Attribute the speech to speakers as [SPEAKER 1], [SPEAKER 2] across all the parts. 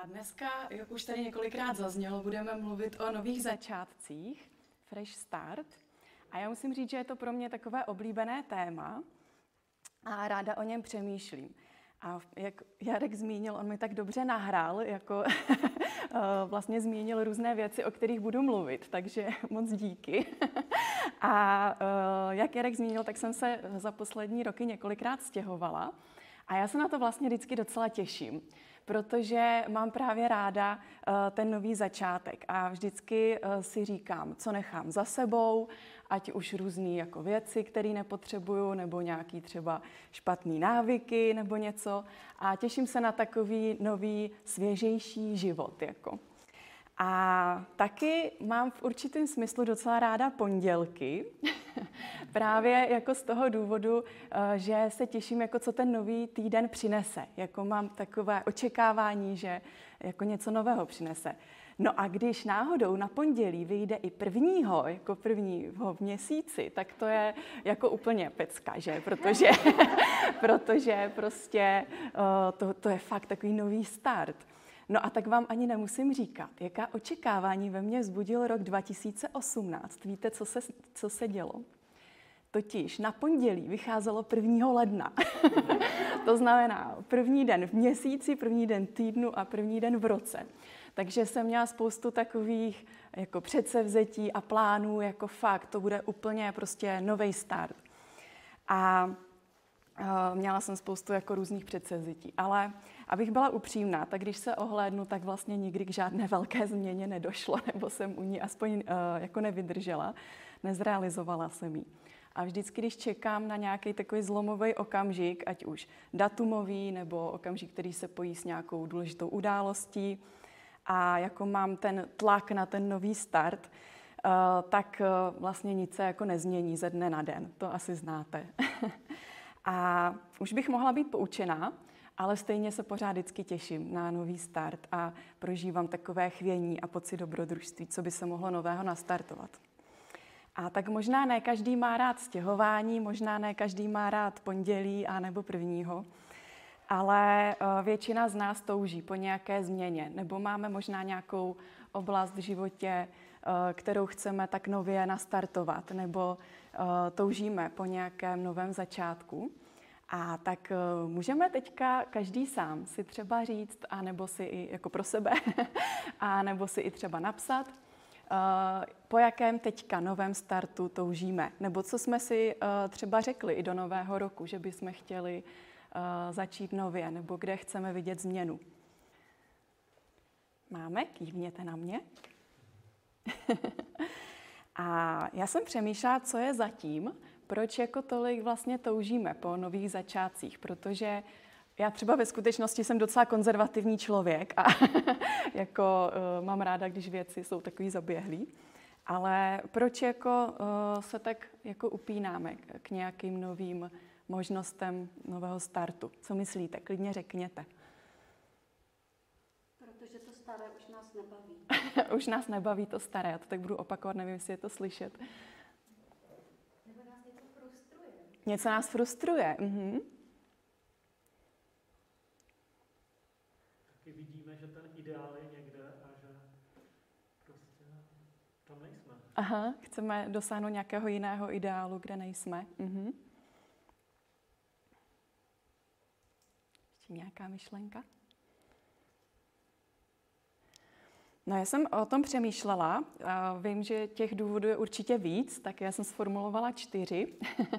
[SPEAKER 1] A dneska, jak už tady několikrát zaznělo, budeme mluvit o nových začátcích, Fresh Start. A já musím říct, že je to pro mě takové oblíbené téma a ráda o něm přemýšlím. A jak Jarek zmínil, on mi tak dobře nahrál, jako vlastně zmínil různé věci, o kterých budu mluvit, takže moc díky. A jak Jarek zmínil, tak jsem se za poslední roky několikrát stěhovala a já se na to vlastně vždycky docela těším, protože mám právě ráda ten nový začátek a vždycky si říkám, co nechám za sebou, ať už různý jako věci, které nepotřebuju, nebo nějaký třeba špatný návyky nebo něco. A těším se na takový nový, svěžejší život. Jako. A taky mám v určitém smyslu docela ráda pondělky, právě jako z toho důvodu, že se těším, jako co ten nový týden přinese. Jako mám takové očekávání, že jako něco nového přinese. No a když náhodou na pondělí vyjde i prvního v měsíci, tak to je jako úplně pecka, že? Protože prostě to je fakt takový nový start. No a tak vám ani nemusím říkat, jaká očekávání ve mně vzbudil rok 2018. Víte, co se dělo? Totiž na pondělí vycházelo 1. ledna. To znamená první den v měsíci, první den týdnu a první den v roce. Takže jsem měla spoustu takových jako předsevzetí a plánů, jako fakt, to bude úplně prostě nový start. A měla jsem spoustu jako různých předsevzetí. Ale abych byla upřímná, tak když se ohlédnu, tak vlastně nikdy k žádné velké změně nedošlo, nebo jsem u ní aspoň jako nevydržela, nezrealizovala jsem ji. A vždycky, když čekám na nějaký takový zlomový okamžik, ať už datumový, nebo okamžik, který se pojí s nějakou důležitou událostí, a jako mám ten tlak na ten nový start, tak vlastně nic se jako nezmění ze dne na den. To asi znáte. A už bych mohla být poučená, ale stejně se pořád vždycky těším na nový start a prožívám takové chvění a pocit dobrodružství, co by se mohlo nového nastartovat. A tak možná ne každý má rád stěhování, možná ne každý má rád pondělí a nebo prvního, ale většina z nás touží po nějaké změně, nebo máme možná nějakou oblast v životě, kterou chceme tak nově nastartovat, nebo toužíme po nějakém novém začátku. A tak můžeme teďka každý sám si třeba říct, anebo si i jako pro sebe, a nebo si i třeba napsat, po jakém teďka novém startu toužíme, nebo co jsme si třeba řekli i do nového roku, že bychom chtěli začít nově, nebo kde chceme vidět změnu. Máme? Kývněte na mě. A já jsem přemýšlela, co je zatím, proč jako tolik vlastně toužíme po nových začátcích, protože já třeba ve skutečnosti jsem docela konzervativní člověk a jako mám ráda, když věci jsou takový zaběhlý, ale proč jako se tak jako upínáme k nějakým novým možnostem nového startu? Co myslíte? Klidně řekněte.
[SPEAKER 2] Protože to staré už nás nebaví.
[SPEAKER 1] Už nás nebaví to staré, já to tak budu opakovat, nevím, jestli je to slyšet.
[SPEAKER 2] Nebo nás něco frustruje.
[SPEAKER 1] Něco nás frustruje. Mhm.
[SPEAKER 3] Taky vidíme, že ten ideál je někde a že prostě tam nejsme.
[SPEAKER 1] Aha, chceme dosáhnout nějakého jiného ideálu, kde nejsme. Mhm. Ještě nějaká myšlenka? No, já jsem o tom přemýšlela. Vím, že těch důvodů je určitě víc, tak já jsem sformulovala 4.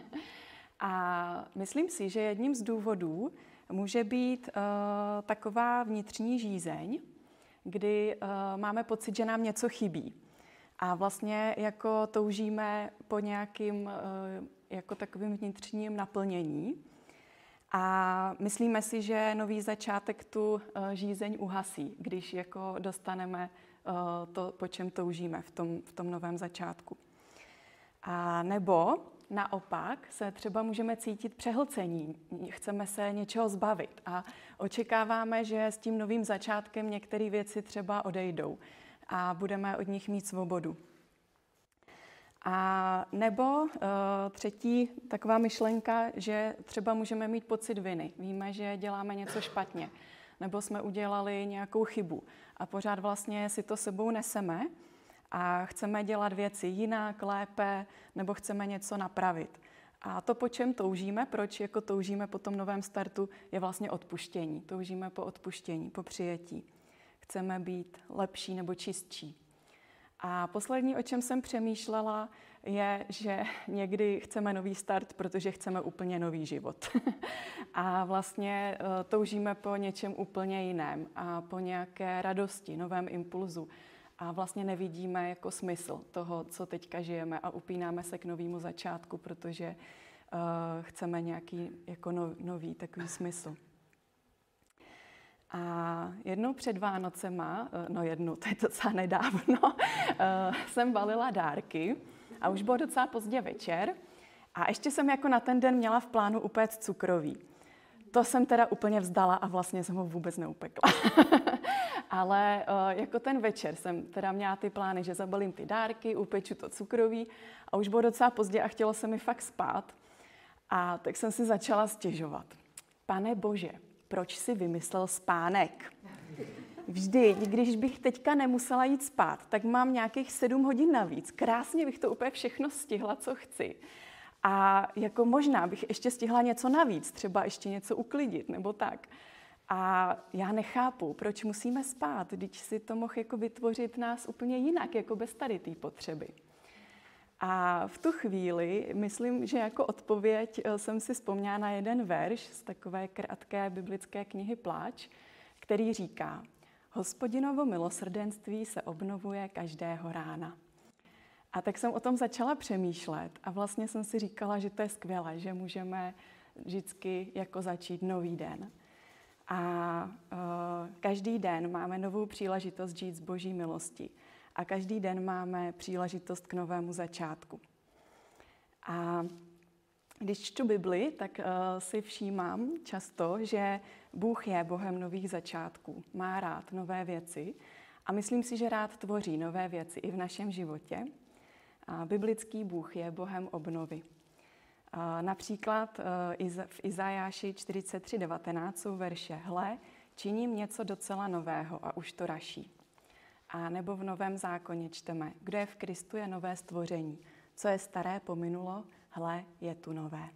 [SPEAKER 1] A myslím si, že jedním z důvodů může být taková vnitřní žízeň, kdy máme pocit, že nám něco chybí. A vlastně jako toužíme po nějakým jako takovým vnitřním naplnění. A myslíme si, že nový začátek tu žízeň uhasí, když jako dostaneme to, po čem toužíme v tom novém začátku. A nebo naopak se třeba můžeme cítit přehlcení, chceme se něčeho zbavit a očekáváme, že s tím novým začátkem některé věci třeba odejdou a budeme od nich mít svobodu. A nebo třetí taková myšlenka, že třeba můžeme mít pocit viny. Víme, že děláme něco špatně. nebo jsme udělali nějakou chybu a pořád vlastně si to sebou neseme a chceme dělat věci jinak, lépe, nebo chceme něco napravit. A to, po čem toužíme, proč jako toužíme po tom novém startu, je vlastně odpuštění. Toužíme po odpuštění, po přijetí. Chceme být lepší nebo čistší. A poslední, o čem jsem přemýšlela, je, že někdy chceme nový start, protože chceme úplně nový život. A vlastně toužíme po něčem úplně jiném a po nějaké radosti, novém impulzu. A vlastně nevidíme jako smysl toho, co teďka žijeme a upínáme se k novému začátku, protože chceme nějaký jako nový takový smysl. A jednou před Vánocema, to je docela nedávno, jsem balila dárky a už bylo docela pozdě večer a ještě jsem jako na ten den měla v plánu upéct cukroví. To jsem teda úplně vzdala a vlastně jsem ho vůbec neupekla. Ale jako ten večer jsem teda měla ty plány, že zabalím ty dárky, upeču to cukroví a už bylo docela pozdě a chtělo se mi fakt spát. A tak jsem si začala stěžovat. Pane Bože, proč jsi vymyslel spánek? Vždyť, když bych teďka nemusela jít spát, tak mám nějakých 7 hodin navíc. Krásně bych to úplně všechno stihla, co chci. A jako možná bych ještě stihla něco navíc, třeba ještě něco uklidit nebo tak. A já nechápu, proč musíme spát, když si to mohl jako vytvořit nás úplně jinak, jako bez tady té potřeby. A v tu chvíli, myslím, že jako odpověď jsem si vzpomněla na jeden verš z takové krátké biblické knihy Pláč, který říká: Hospodinovo milosrdenství se obnovuje každého rána. A tak jsem o tom začala přemýšlet a vlastně jsem si říkala, že to je skvělé, že můžeme vždycky jako začít nový den. A každý den máme novou příležitost žít z Boží milosti. A každý den máme příležitost k novému začátku. A když čtu Bibli, tak si všímám často, že Bůh je Bohem nových začátků. Má rád nové věci a myslím si, že rád tvoří nové věci i v našem životě. A biblický Bůh je Bohem obnovy. Například v Izajáši 43:19 jsou verše: Hle, činím něco docela nového a už to raší. A nebo v Novém zákoně čteme: Kdo je v Kristu, je nové stvoření. Co je staré, pominulo, hle, je tu nové.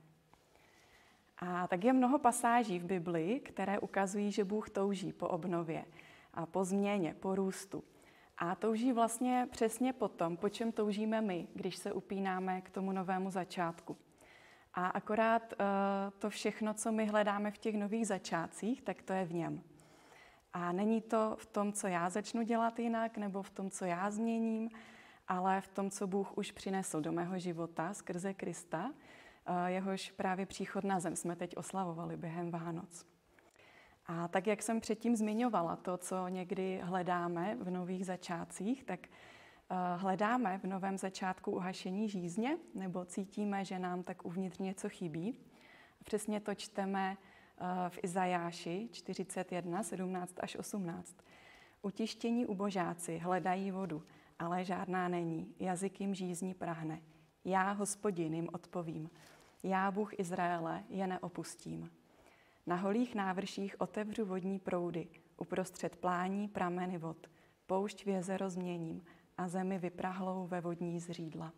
[SPEAKER 1] A tak je mnoho pasáží v Bibli, které ukazují, že Bůh touží po obnově a po změně, po růstu. A touží vlastně přesně po tom, po čem toužíme my, když se upínáme k tomu novému začátku. A akorát to všechno, co my hledáme v těch nových začátcích, tak to je v něm. A není to v tom, co já začnu dělat jinak, nebo v tom, co já změním, ale v tom, co Bůh už přinesl do mého života skrze Krista, jehož právě příchod na zem jsme teď oslavovali během Vánoc. A tak, jak jsem předtím zmiňovala, to, co někdy hledáme v nových začátcích, tak hledáme v novém začátku uhašení žízně, nebo cítíme, že nám tak uvnitř něco chybí. Přesně to čteme v Izajáši 41, 17 až 18. Utištění ubožáci hledají vodu, ale žádná není. Jazyk jim žízní prahne. Já, Hospodin, jim odpovím. Já, Bůh Izraele, je neopustím. Na holých návrších otevřu vodní proudy, uprostřed plání prameny vod. Poušť v jezero změním a zemi vyprahlou ve vodní zřídla.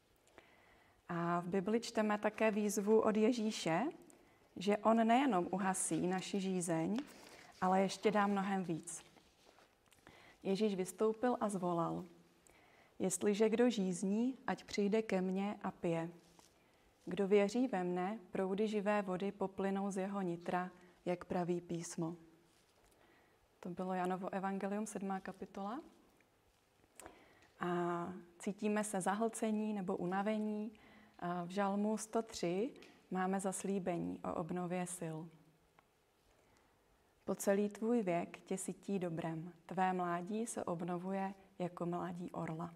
[SPEAKER 1] A v Bibli čteme také výzvu od Ježíše, že on nejenom uhasí naši žízeň, ale ještě dá mnohem víc. Ježíš vystoupil a zvolal: Jestliže kdo žízní, ať přijde ke mně a pije. Kdo věří ve mne, proudy živé vody poplynou z jeho nitra, jak praví písmo. To bylo Janovo evangelium, 7. kapitola. A cítíme se zahlcení nebo unavení. A v Žalmu 103 máme zaslíbení o obnově sil. Po celý tvůj věk tě sytí dobrem. Tvé mládí se obnovuje jako mládí orla.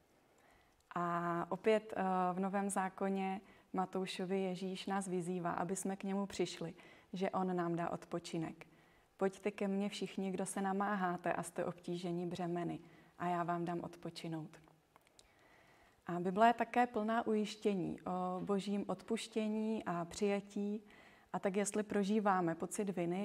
[SPEAKER 1] A opět v Novém zákoně Matoušovi Ježíš nás vyzývá, aby jsme k němu přišli, že on nám dá odpočinek. Pojďte ke mně všichni, kdo se namáháte a jste obtíženi břemeny, a já vám dám odpočinout. A Bible je také plná ujištění o božím odpuštění a přijetí. A tak jestli prožíváme pocit viny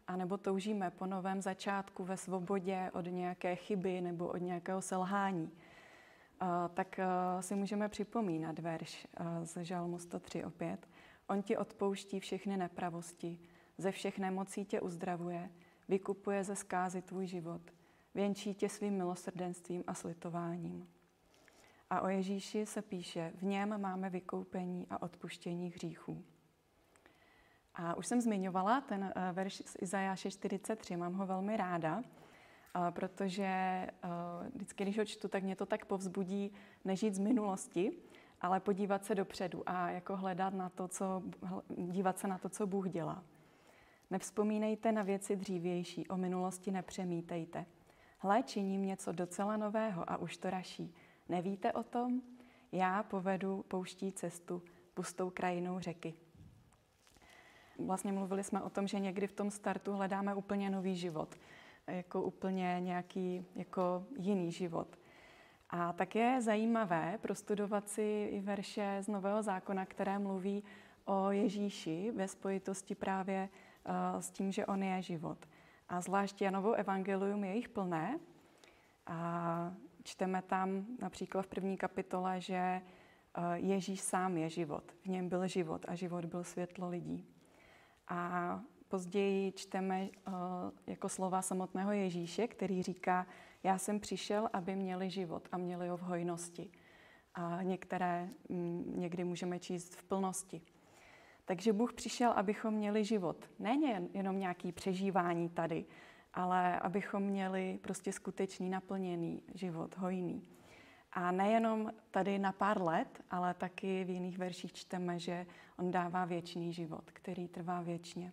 [SPEAKER 1] anebo toužíme po novém začátku ve svobodě od nějaké chyby nebo od nějakého selhání, tak si můžeme připomínat verš z Žalmu 103 opět. On ti odpouští všechny nepravosti, ze všech nemocí tě uzdravuje, vykupuje ze zkázy tvůj život, věnčí tě svým milosrdenstvím a slitováním. A o Ježíši se píše, v něm máme vykoupení a odpuštění hříchů. A už jsem zmiňovala ten verš z Izajáše 43, mám ho velmi ráda, protože vždycky, když ho čtu, tak mě to tak povzbudí nežít z minulosti, ale podívat se dopředu a jako hledat na to, dívat se na to, co Bůh dělá. Nevzpomínejte na věci dřívější, o minulosti nepřemítejte. Hle, činím něco docela nového a už to raší. Nevíte o tom? Já povedu pouští cestu pustou krajinou řeky. Vlastně mluvili jsme o tom, že někdy v tom startu hledáme úplně nový život, jako úplně nějaký jako jiný život. A tak je zajímavé prostudovat si i verše z Nového zákona, které mluví o Ježíši ve spojitosti právě s tím, že on je život. A zvlášť Janovo evangelium je jich plné. A čteme tam například v 1. kapitole, že Ježíš sám je život. V něm byl život a život byl světlo lidí. A později čteme jako slova samotného Ježíše, který říká, já jsem přišel, aby měli život a měli ho v hojnosti. A některé někdy můžeme číst v plnosti. Takže Bůh přišel, abychom měli život. Ne jenom nějaký přežívání tady, ale abychom měli prostě skutečný naplněný život, hojný. A nejenom tady na pár let, ale taky v jiných verších čteme, že on dává věčný život, který trvá věčně.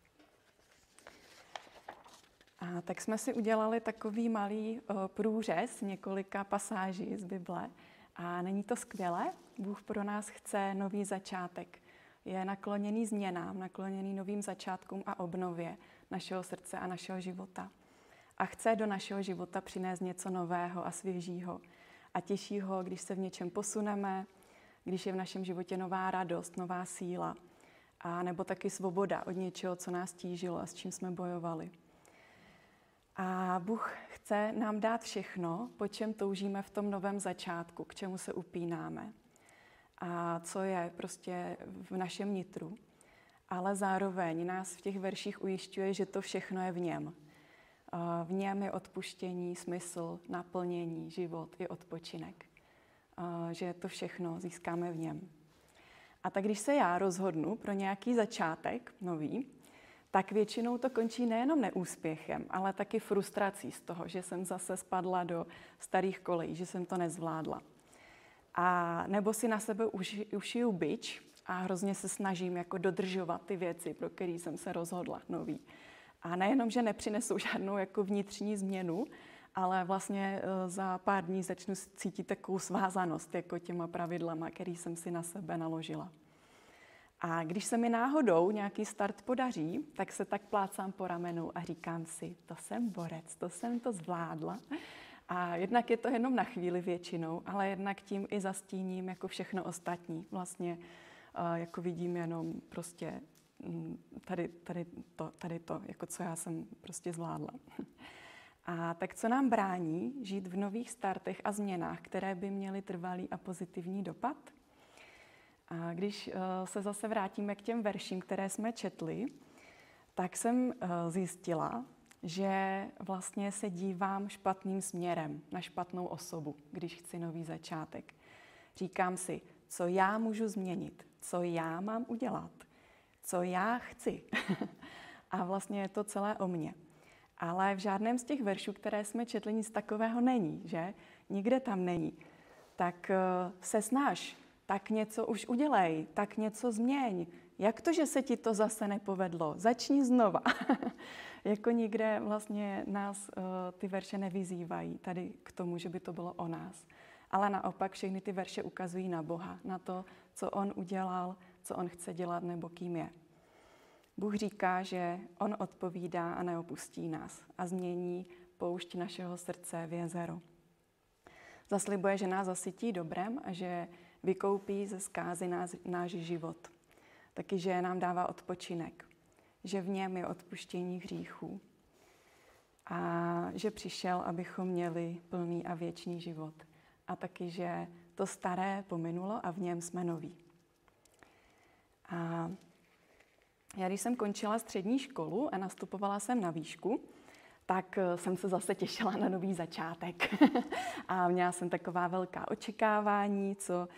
[SPEAKER 1] A tak jsme si udělali takový malý průřez několika pasáží z Bible. A není to skvělé? Bůh pro nás chce nový začátek. Je nakloněný změnám, nakloněný novým začátkům a obnově našeho srdce a našeho života. A chce do našeho života přinést něco nového a svěžího. A těší ho, když se v něčem posuneme, když je v našem životě nová radost, nová síla. A nebo taky svoboda od něčeho, co nás tížilo a s čím jsme bojovali. A Bůh chce nám dát všechno, po čem toužíme v tom novém začátku, k čemu se upínáme. A co je prostě v našem nitru. Ale zároveň nás v těch verších ujišťuje, že to všechno je v něm. V něm je odpuštění, smysl, naplnění, život i odpočinek. Že to všechno získáme v něm. A tak když se já rozhodnu pro nějaký začátek nový, tak většinou to končí nejenom neúspěchem, ale taky frustrací z toho, že jsem zase spadla do starých kolejí, že jsem to nezvládla. A nebo si na sebe ušiju bič a hrozně se snažím jako dodržovat ty věci, pro které jsem se rozhodla, nový. A nejenom, že nepřinesou žádnou jako vnitřní změnu, ale vlastně za pár dní začnu cítit takovou svázanost jako těma pravidlama, který jsem si na sebe naložila. A když se mi náhodou nějaký start podaří, tak se tak plácám po ramenu a říkám si, to jsem borec, to jsem to zvládla. A jednak je to jenom na chvíli většinou, ale jednak tím i zastíním jako všechno ostatní. Vlastně jako vidím jenom prostě tady to, jako co já jsem prostě zvládla. A tak co nám brání žít v nových startech a změnách, které by měly trvalý a pozitivní dopad? A když se zase vrátíme k těm verším, které jsme četli, tak jsem zjistila, že vlastně se dívám špatným směrem na špatnou osobu, když chci nový začátek. Říkám si, co já můžu změnit, co já mám udělat, co já chci. A vlastně je to celé o mně. Ale v žádném z těch veršů, které jsme četli, nic takového není, že? Nikde tam není. Tak se snaž, tak něco už udělej, tak něco změň. Jak to, že se ti to zase nepovedlo? Začni znova. Jako nikde vlastně nás ty verše nevyzývají tady k tomu, že by to bylo o nás. Ale naopak všechny ty verše ukazují na Boha, na to, co on udělal, co on chce dělat nebo kým je. Bůh říká, že on odpovídá a neopustí nás a změní poušť našeho srdce v jezero. Zaslibuje, že nás zasytí dobrem a že vykoupí ze zkázy náš život. Taky, že nám dává odpočinek. že v něm je odpuštění hříchů a že přišel, abychom měli plný a věčný život. A taky, že to staré pominulo a v něm jsme noví. A já, když jsem končila střední školu a nastupovala jsem na výšku, tak jsem se zase těšila na nový začátek. A měla jsem taková velká očekávání, co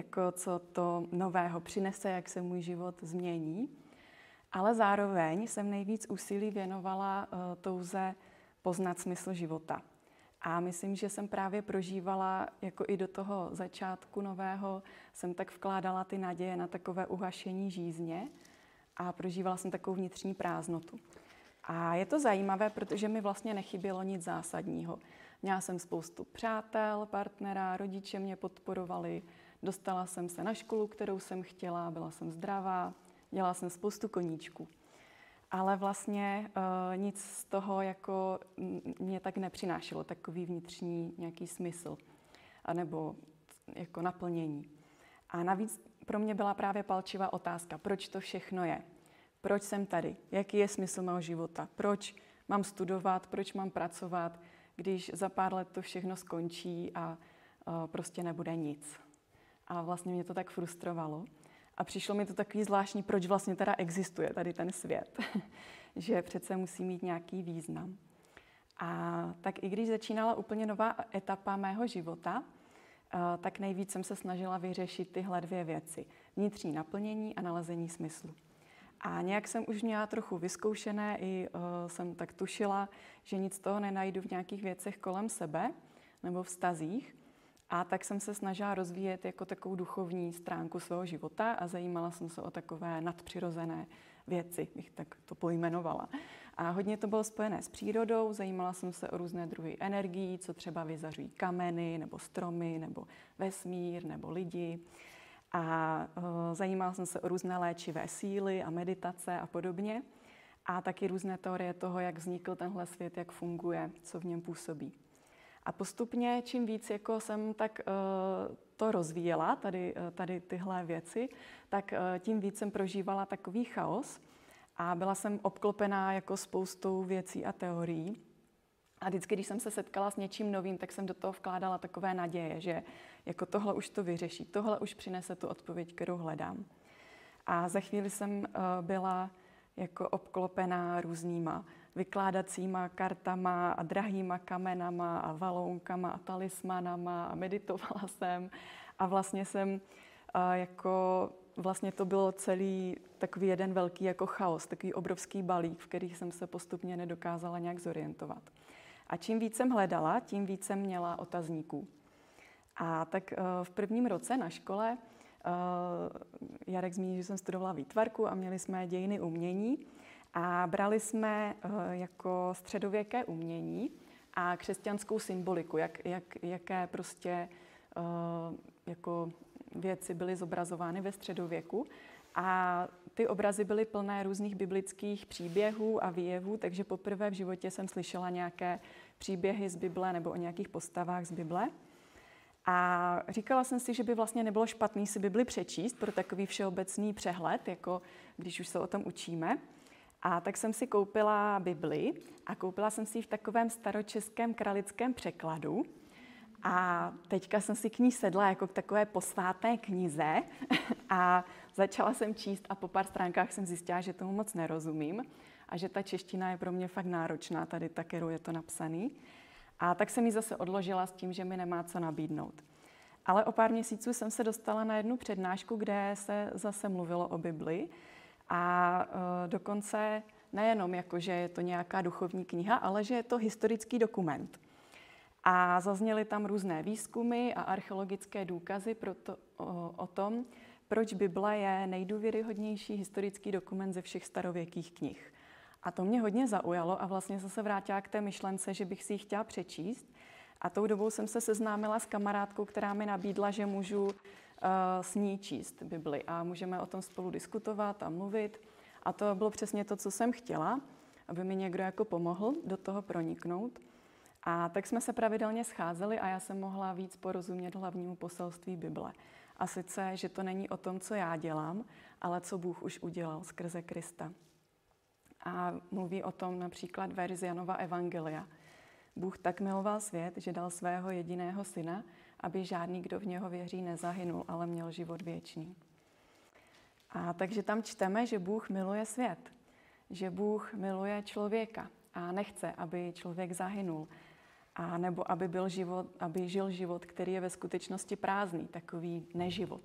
[SPEAKER 1] to nového přinese, jak se můj život změní. Ale zároveň jsem nejvíc úsilí věnovala touze poznat smysl života. A myslím, že jsem právě prožívala, jako i do toho začátku nového, jsem tak vkládala ty naděje na takové uhašení žízně a prožívala jsem takovou vnitřní prázdnotu. A je to zajímavé, protože mi vlastně nechybělo nic zásadního. Měla jsem spoustu přátel, partnera, rodiče mě podporovali, dostala jsem se na školu, kterou jsem chtěla, byla jsem zdravá, dělala jsem spoustu koníčků. Ale vlastně nic z toho jako mě tak nepřinášelo, takový vnitřní nějaký smysl nebo jako naplnění. A navíc pro mě byla právě palčivá otázka, proč to všechno je. Proč jsem tady? Jaký je smysl mého života? Proč mám studovat? Proč mám pracovat, když za pár let to všechno skončí a prostě nebude nic? A vlastně mě to tak frustrovalo. A přišlo mi to takový zvláštní, proč vlastně teda existuje tady ten svět. Že přece musí mít nějaký význam. A tak i když začínala úplně nová etapa mého života, tak nejvíc jsem se snažila vyřešit tyhle dvě věci. Vnitřní naplnění a nalezení smyslu. A nějak jsem už měla trochu vyzkoušené, i jsem tak tušila, že nic z toho nenajdu v nějakých věcech kolem sebe nebo vztazích. A tak jsem se snažila rozvíjet jako takovou duchovní stránku svého života a zajímala jsem se o takové nadpřirozené věci, bych tak to pojmenovala. A hodně to bylo spojené s přírodou, zajímala jsem se o různé druhy energií, co třeba vyzařují kameny, nebo stromy, nebo vesmír, nebo lidi. A zajímala jsem se o různé léčivé síly a meditace a podobně. A taky různé teorie toho, jak vznikl tenhle svět, jak funguje, co v něm působí. A postupně, čím víc jako jsem tak to rozvíjela, tady tyhle věci, tak tím víc jsem prožívala takový chaos a byla jsem obklopená jako spoustou věcí a teorií. A vždycky, když jsem se setkala s něčím novým, tak jsem do toho vkládala takové naděje, že jako tohle už to vyřeší, tohle už přinese tu odpověď, kterou hledám. A za chvíli jsem byla jako obklopená různýma vykládacíma kartama a drahýma kamenama a valounkama a talismanama a meditovala jsem a vlastně jsem vlastně to bylo celý takový jeden velký jako chaos, takový obrovský balík, v kterých jsem se postupně nedokázala nějak zorientovat. A čím víc jsem hledala, tím víc jsem měla otazníků. A tak v prvním roce na škole Jarek zmínil, že jsem studovala výtvarku a měli jsme dějiny umění a brali jsme jako středověké umění a křesťanskou symboliku, jaké prostě jako věci byly zobrazovány ve středověku. A ty obrazy byly plné různých biblických příběhů a výjevů, takže poprvé v životě jsem slyšela nějaké příběhy z Bible nebo o nějakých postavách z Bible. A říkala jsem si, že by vlastně nebylo špatný si Bibli přečíst pro takový všeobecný přehled, jako když už se o tom učíme. A tak jsem si koupila Bibli a koupila jsem si ji v takovém staročeském kralickém překladu. A teďka jsem si k ní sedla jako k takové posvátné knize a začala jsem číst a po pár stránkách jsem zjistila, že tomu moc nerozumím a že ta čeština je pro mě fakt náročná, tady ta, kterou je to napsaný. A tak jsem ji zase odložila s tím, že mi nemá co nabídnout. Ale o pár měsíců jsem se dostala na jednu přednášku, kde se zase mluvilo o Bibli a dokonce nejenom jako, že je to nějaká duchovní kniha, ale že je to historický dokument. A zazněly tam různé výzkumy a archeologické důkazy o tom, proč Bible je nejdůvěryhodnější historický dokument ze všech starověkých knih. A to mě hodně zaujalo a vlastně jsem se vrátila k té myšlence, že bych si ji chtěla přečíst. A tou dobou jsem se seznámila s kamarádkou, která mi nabídla, že můžu s ní číst Bibli a můžeme o tom spolu diskutovat a mluvit. A to bylo přesně to, co jsem chtěla, aby mi někdo jako pomohl do toho proniknout. A tak jsme se pravidelně scházeli a já jsem mohla víc porozumět hlavnímu poselství Bible. A sice, že to není o tom, co já dělám, ale co Bůh už udělal skrze Krista. A mluví o tom například verš z Janova Evangelia. Bůh tak miloval svět, že dal svého jediného syna, aby žádný, kdo v něho věří, nezahynul, ale měl život věčný. A takže tam čteme, že Bůh miluje svět, že Bůh miluje člověka a nechce, aby člověk zahynul, a nebo aby žil život, který je ve skutečnosti prázdný, takový neživot.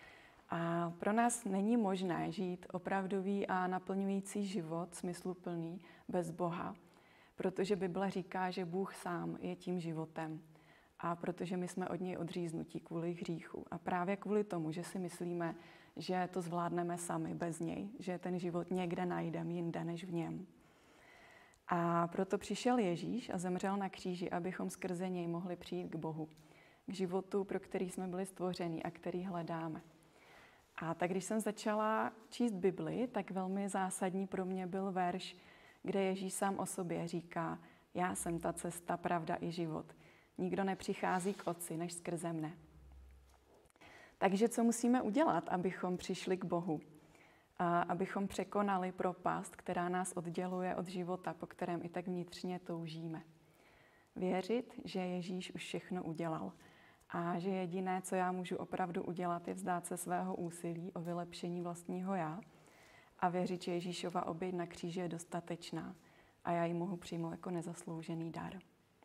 [SPEAKER 1] A pro nás není možné žít opravdový a naplňující život, smysluplný, bez Boha, protože Bible říká, že Bůh sám je tím životem a protože my jsme od něj odříznutí kvůli hříchu. A právě kvůli tomu, že si myslíme, že to zvládneme sami bez něj, že ten život někde najdeme jinde než v něm. A proto přišel Ježíš a zemřel na kříži, abychom skrze něj mohli přijít k Bohu, k životu, pro který jsme byli stvoření a který hledáme. A tak když jsem začala číst Bibli, tak velmi zásadní pro mě byl verš, kde Ježíš sám o sobě říká: já jsem ta cesta, pravda i život. Nikdo nepřichází k Otci než skrze mne. Takže co musíme udělat, abychom přišli k Bohu? A abychom překonali propast, která nás odděluje od života, po kterém i tak vnitřně toužíme. Věřit, že Ježíš už všechno udělal a že jediné, co já můžu opravdu udělat, je vzdát se svého úsilí o vylepšení vlastního já a věřit, že Ježíšova oběť na kříži je dostatečná a já ji mohu přijmout jako nezasloužený dar.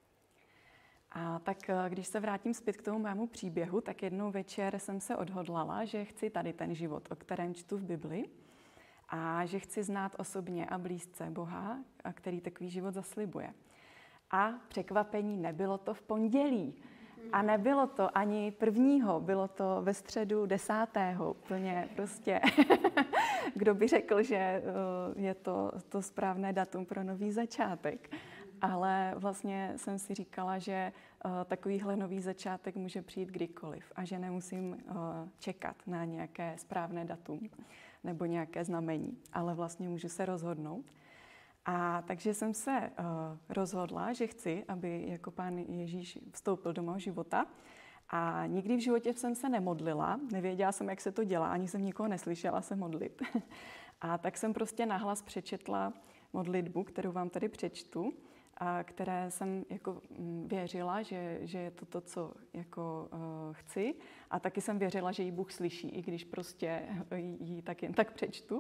[SPEAKER 1] A tak když se vrátím zpět k tomu mému příběhu, tak jednou večer jsem se odhodlala, že chci tady ten život, o kterém čtu v Bibli, a že chci znát osobně a blízce Boha, a který takový život zaslibuje. A překvapení, nebylo to v pondělí. A nebylo to ani 1., bylo to ve středu 10. Úplně prostě. Kdo by řekl, že je to správné datum pro nový začátek. Ale vlastně jsem si říkala, že takovýhle nový začátek může přijít kdykoliv a že nemusím čekat na nějaké správné datum nebo nějaké znamení, ale vlastně můžu se rozhodnout. A takže jsem se rozhodla, že chci, aby jako Pán Ježíš vstoupil do mého života. A nikdy v životě jsem se nemodlila, nevěděla jsem, jak se to dělá, ani jsem nikoho neslyšela se modlit. A tak jsem prostě nahlas přečetla modlitbu, kterou vám tady přečtu, a které jsem jako věřila, že je to, co jako chci. A taky jsem věřila, že ji Bůh slyší, i když prostě ji tak jen tak přečtu.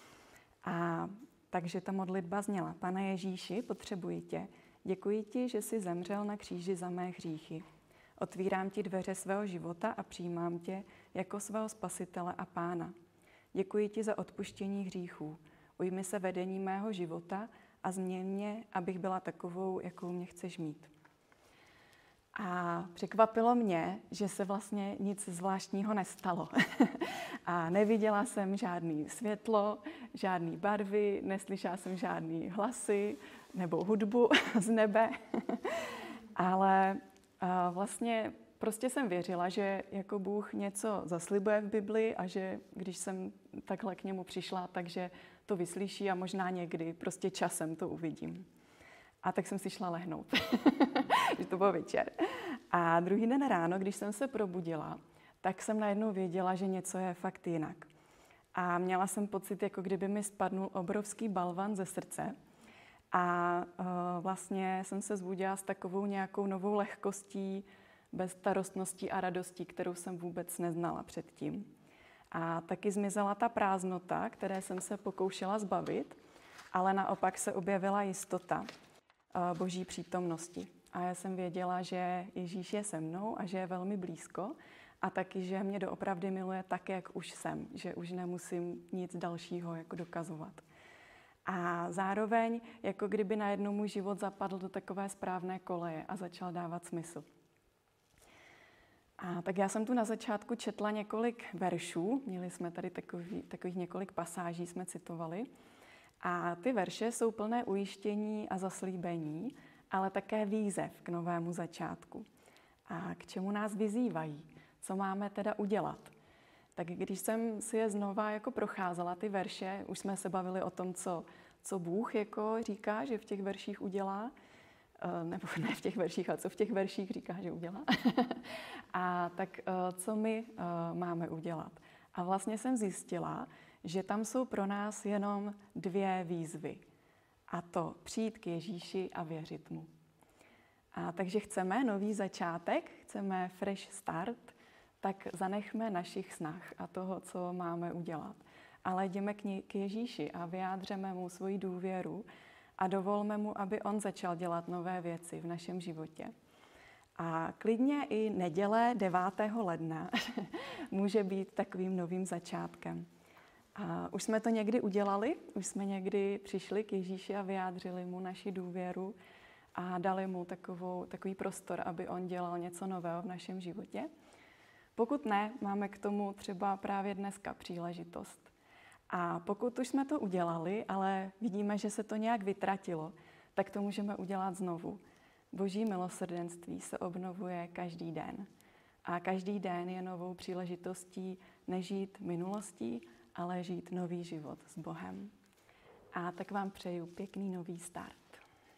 [SPEAKER 1] A takže ta modlitba zněla: Pane Ježíši, potřebuji tě. Děkuji ti, že jsi zemřel na kříži za mé hříchy. Otvírám ti dveře svého života a přijímám tě jako svého spasitele a Pána. Děkuji ti za odpuštění hříchů. Ujmi se vedení mého života a změň mě, abych byla takovou, jakou mě chceš mít. A překvapilo mě, že se vlastně nic zvláštního nestalo. A neviděla jsem žádný světlo, žádný barvy, neslyšela jsem žádný hlasy nebo hudbu z nebe. Ale vlastně prostě jsem věřila, že jako Bůh něco zaslibuje v Bibli a že když jsem takhle k němu přišla, takže to vyslyší a možná někdy prostě časem to uvidím. A tak jsem si šla lehnout, že to bylo večer. A druhý den ráno, když jsem se probudila, tak jsem najednou věděla, že něco je fakt jinak. A měla jsem pocit, jako kdyby mi spadnul obrovský balvan ze srdce. A vlastně jsem se zbudila s takovou nějakou novou lehkostí, bezstarostností a radostí, kterou jsem vůbec neznala předtím. A taky zmizela ta prázdnota, které jsem se pokoušela zbavit, ale naopak se objevila jistota Boží přítomnosti. A já jsem věděla, že Ježíš je se mnou a že je velmi blízko a taky, že mě doopravdy miluje tak, jak už jsem, že už nemusím nic dalšího jako dokazovat. A zároveň, jako kdyby najednou můj život zapadl do takové správné koleje a začal dávat smysl. A tak já jsem tu na začátku četla několik veršů, měli jsme tady takových několik pasáží, jsme citovali. A ty verše jsou plné ujištění a zaslíbení, ale také výzev k novému začátku. A k čemu nás vyzývají? Co máme teda udělat? Tak když jsem si je znova jako procházela, ty verše, už jsme se bavili o tom, co Bůh jako říká, že v těch verších udělá, nebo ne v těch verších, ale co v těch verších říká, že udělá. A tak co my máme udělat? A vlastně jsem zjistila, že tam jsou pro nás jenom 2 výzvy. A to přijít k Ježíši a věřit mu. A takže chceme nový začátek, chceme fresh start, tak zanechme našich snah a toho, co máme udělat. Ale jdeme k Ježíši a vyjádřeme mu svoji důvěru a dovolme mu, aby on začal dělat nové věci v našem životě. A klidně i neděle 9. ledna může být takovým novým začátkem. A už jsme to někdy udělali, už jsme někdy přišli k Ježíši a vyjádřili mu naši důvěru a dali mu takový prostor, aby on dělal něco nového v našem životě. Pokud ne, máme k tomu třeba právě dneska příležitost. A pokud už jsme to udělali, ale vidíme, že se to nějak vytratilo, tak to můžeme udělat znovu. Boží milosrdenství se obnovuje každý den. A každý den je novou příležitostí nežít minulostí, ale žít nový život s Bohem. A tak vám přeju pěkný nový start.